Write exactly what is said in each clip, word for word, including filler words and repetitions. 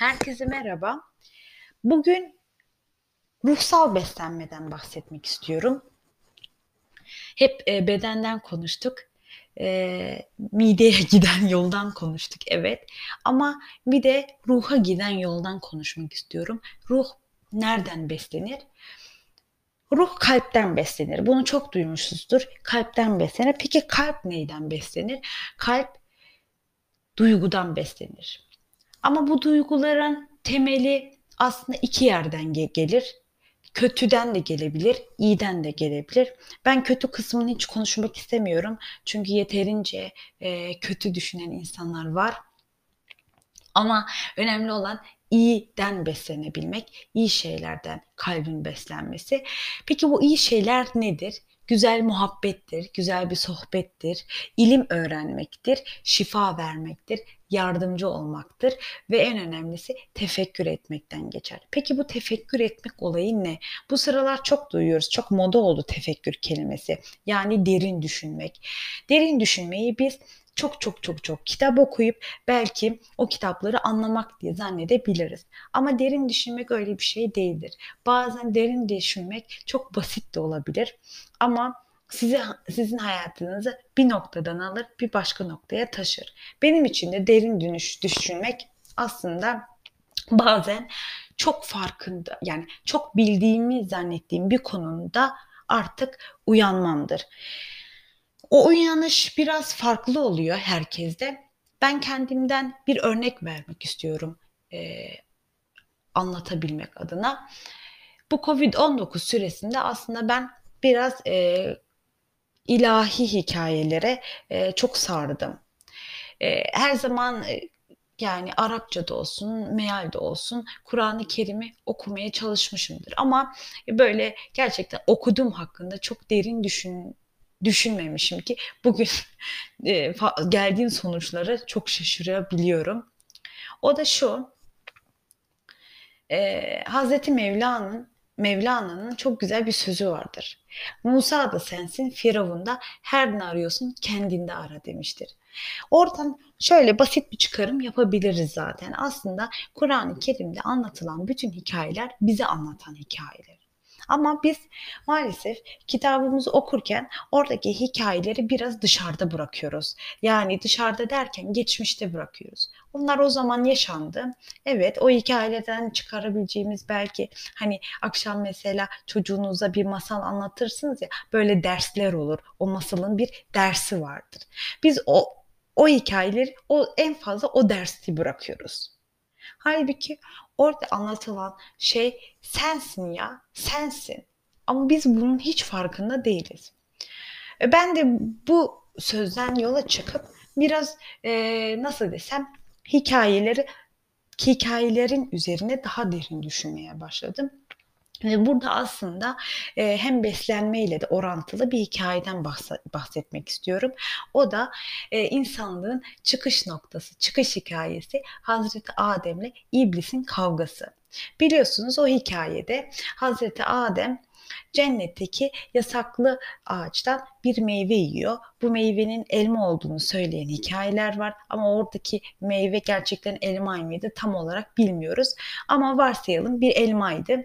Herkese merhaba. Bugün ruhsal beslenmeden bahsetmek istiyorum. Hep e, bedenden konuştuk. E, mideye giden yoldan konuştuk, evet. Ama bir de ruha giden yoldan konuşmak istiyorum. Ruh nereden beslenir? Ruh kalpten beslenir. Bunu çok duymuşuzdur. Kalpten beslenir. Peki kalp neyden beslenir? Kalp duygudan beslenir. Ama bu duyguların temeli aslında iki yerden ge- gelir. Kötüden de gelebilir, iyiden de gelebilir. Ben kötü kısmını hiç konuşmak istemiyorum. Çünkü yeterince e, kötü düşünen insanlar var. Ama önemli olan iyiden beslenebilmek, iyi şeylerden kalbin beslenmesi. Peki bu iyi şeyler nedir? Güzel muhabbettir, güzel bir sohbettir, ilim öğrenmektir, şifa vermektir, yardımcı olmaktır ve en önemlisi tefekkür etmekten geçer. Peki bu tefekkür etmek olayı ne? Bu sıralar çok duyuyoruz, çok moda oldu tefekkür kelimesi. Yani derin düşünmek. Derin düşünmeyi biz çok çok çok çok kitap okuyup belki o kitapları anlamak diye zannedebiliriz. Ama derin düşünmek öyle bir şey değildir. Bazen derin düşünmek çok basit de olabilir. Ama sizi, sizin hayatınızı bir noktadan alır bir başka noktaya taşır. Benim için de derin dönüş, düşünmek aslında bazen çok farkında, yani çok bildiğimi zannettiğim bir konuda artık uyanmamdır. O uyanış biraz farklı oluyor herkeste. Ben kendimden bir örnek vermek istiyorum e, anlatabilmek adına. Bu kovid on dokuz süresinde aslında ben biraz e, ilahi hikayelere e, çok sardım. E, her zaman e, yani Arapçada olsun, mealde olsun Kur'an-ı Kerim'i okumaya çalışmışımdır. Ama böyle gerçekten okuduğum hakkında çok derin düşün, düşünmemişim ki bugün e, geldiğim sonuçları çok şaşırabiliyorum. O da şu, e, Hazreti Mevla'nın Mevlana'nın çok güzel bir sözü vardır. Musa da sensin, Firavun da her ne arıyorsun kendinde ara demiştir. Oradan şöyle basit bir çıkarım yapabiliriz zaten. Aslında Kur'an-ı Kerim'de anlatılan bütün hikayeler bize anlatan hikayeler. Ama biz maalesef kitabımızı okurken oradaki hikayeleri biraz dışarıda bırakıyoruz. Yani dışarıda derken geçmişte bırakıyoruz. Onlar o zaman yaşandı. Evet, o hikayelerden çıkarabileceğimiz belki hani akşam mesela çocuğunuza bir masal anlatırsınız ya, böyle dersler olur. O masalın bir dersi vardır. Biz o o hikayeleri o en fazla o dersi bırakıyoruz. Halbuki orada anlatılan şey sensin ya, sensin. Ama biz bunun hiç farkında değiliz. E, Ben de bu sözden yola çıkıp biraz e, nasıl desem hikayeleri hikayelerin üzerine daha derin düşünmeye başladım. Ve burada aslında e, hem beslenmeyle de orantılı bir hikayeden bahsetmek istiyorum. O da e, insanlığın çıkış noktası, çıkış hikayesi Hazreti Adem'le İblis'in kavgası. Biliyorsunuz o hikayede Hazreti Adem cennetteki yasaklı ağaçtan bir meyve yiyor. Bu meyvenin elma olduğunu söyleyen hikayeler var ama oradaki meyve gerçekten elma mıydı tam olarak bilmiyoruz. Ama varsayalım bir elmaydı.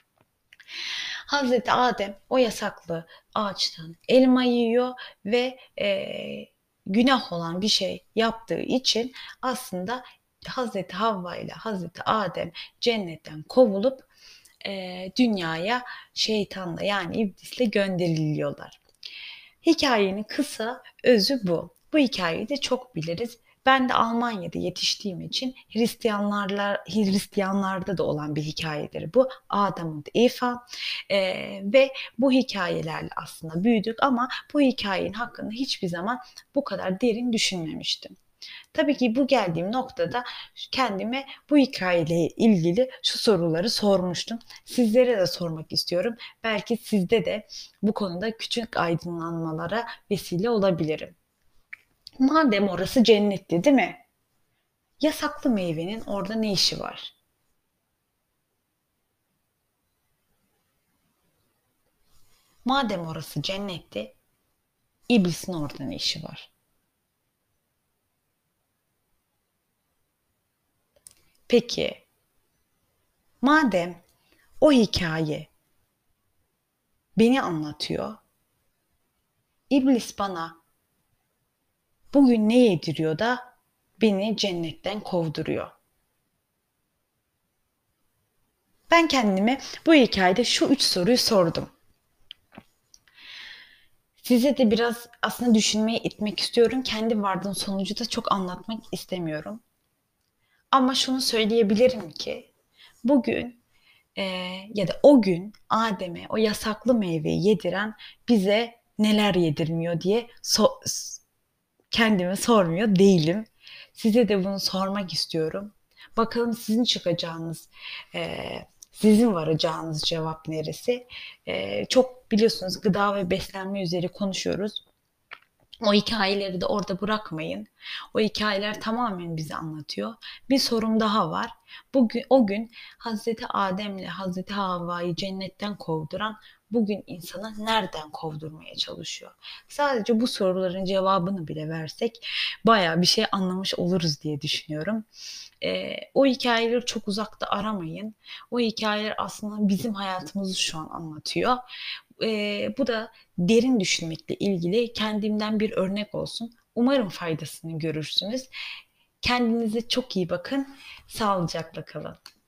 Hazreti Adem o yasaklı ağaçtan elma yiyor ve e, günah olan bir şey yaptığı için aslında Hazreti Havva ile Hazreti Adem cennetten kovulup e, dünyaya şeytanla yani iblisle gönderiliyorlar. Hikayenin kısa özü bu. Bu hikayeyi de çok biliriz. Ben de Almanya'da yetiştiğim için Hristiyanlarla Hristiyanlarda da olan bir hikayedir bu. Adam'ın Eva Ee, ve bu hikayelerle aslında büyüdük ama bu hikayenin hakkında hiçbir zaman bu kadar derin düşünmemiştim. Tabii ki bu geldiğim noktada kendime bu hikayeyle ilgili şu soruları sormuştum. Sizlere de sormak istiyorum. Belki sizde de bu konuda küçük aydınlanmalara vesile olabilirim. Madem orası cennetti, değil mi? Yasaklı meyvenin orada ne işi var? Madem orası cennetti, iblisin orada ne işi var? Peki Madem o hikaye beni anlatıyor, İblis bana bugün ne yediriyor da beni cennetten kovduruyor. Ben kendime bu hikayede şu üç soruyu sordum. Size de biraz aslında düşünmeye itmek istiyorum. Kendi vardığım sonucu da çok anlatmak istemiyorum. Ama şunu söyleyebilirim ki bugün e, ya da o gün Adem'e o yasaklı meyveyi yediren bize neler yedirmiyor diye so- kendime sormuyor değilim. Size de bunu sormak istiyorum. Bakalım sizin çıkacağınız, e, sizin varacağınız cevap neresi? E, çok biliyorsunuz gıda ve beslenme üzeri konuşuyoruz. O hikayeleri de orada bırakmayın. O hikayeler tamamen bize anlatıyor. Bir sorum daha var. Bugün o gün Hazreti Adem'le Hazreti Havva'yı cennetten kovduran bugün insana nereden kovdurmaya çalışıyor? Sadece bu soruların cevabını bile versek bayağı bir şey anlamış oluruz diye düşünüyorum. Ee, o hikayeleri çok uzakta aramayın. O hikayeler aslında bizim hayatımızı şu an anlatıyor. Ee, bu da derin düşünmekle ilgili kendimden bir örnek olsun. Umarım faydasını görürsünüz. Kendinize çok iyi bakın. Sağlıcakla kalın.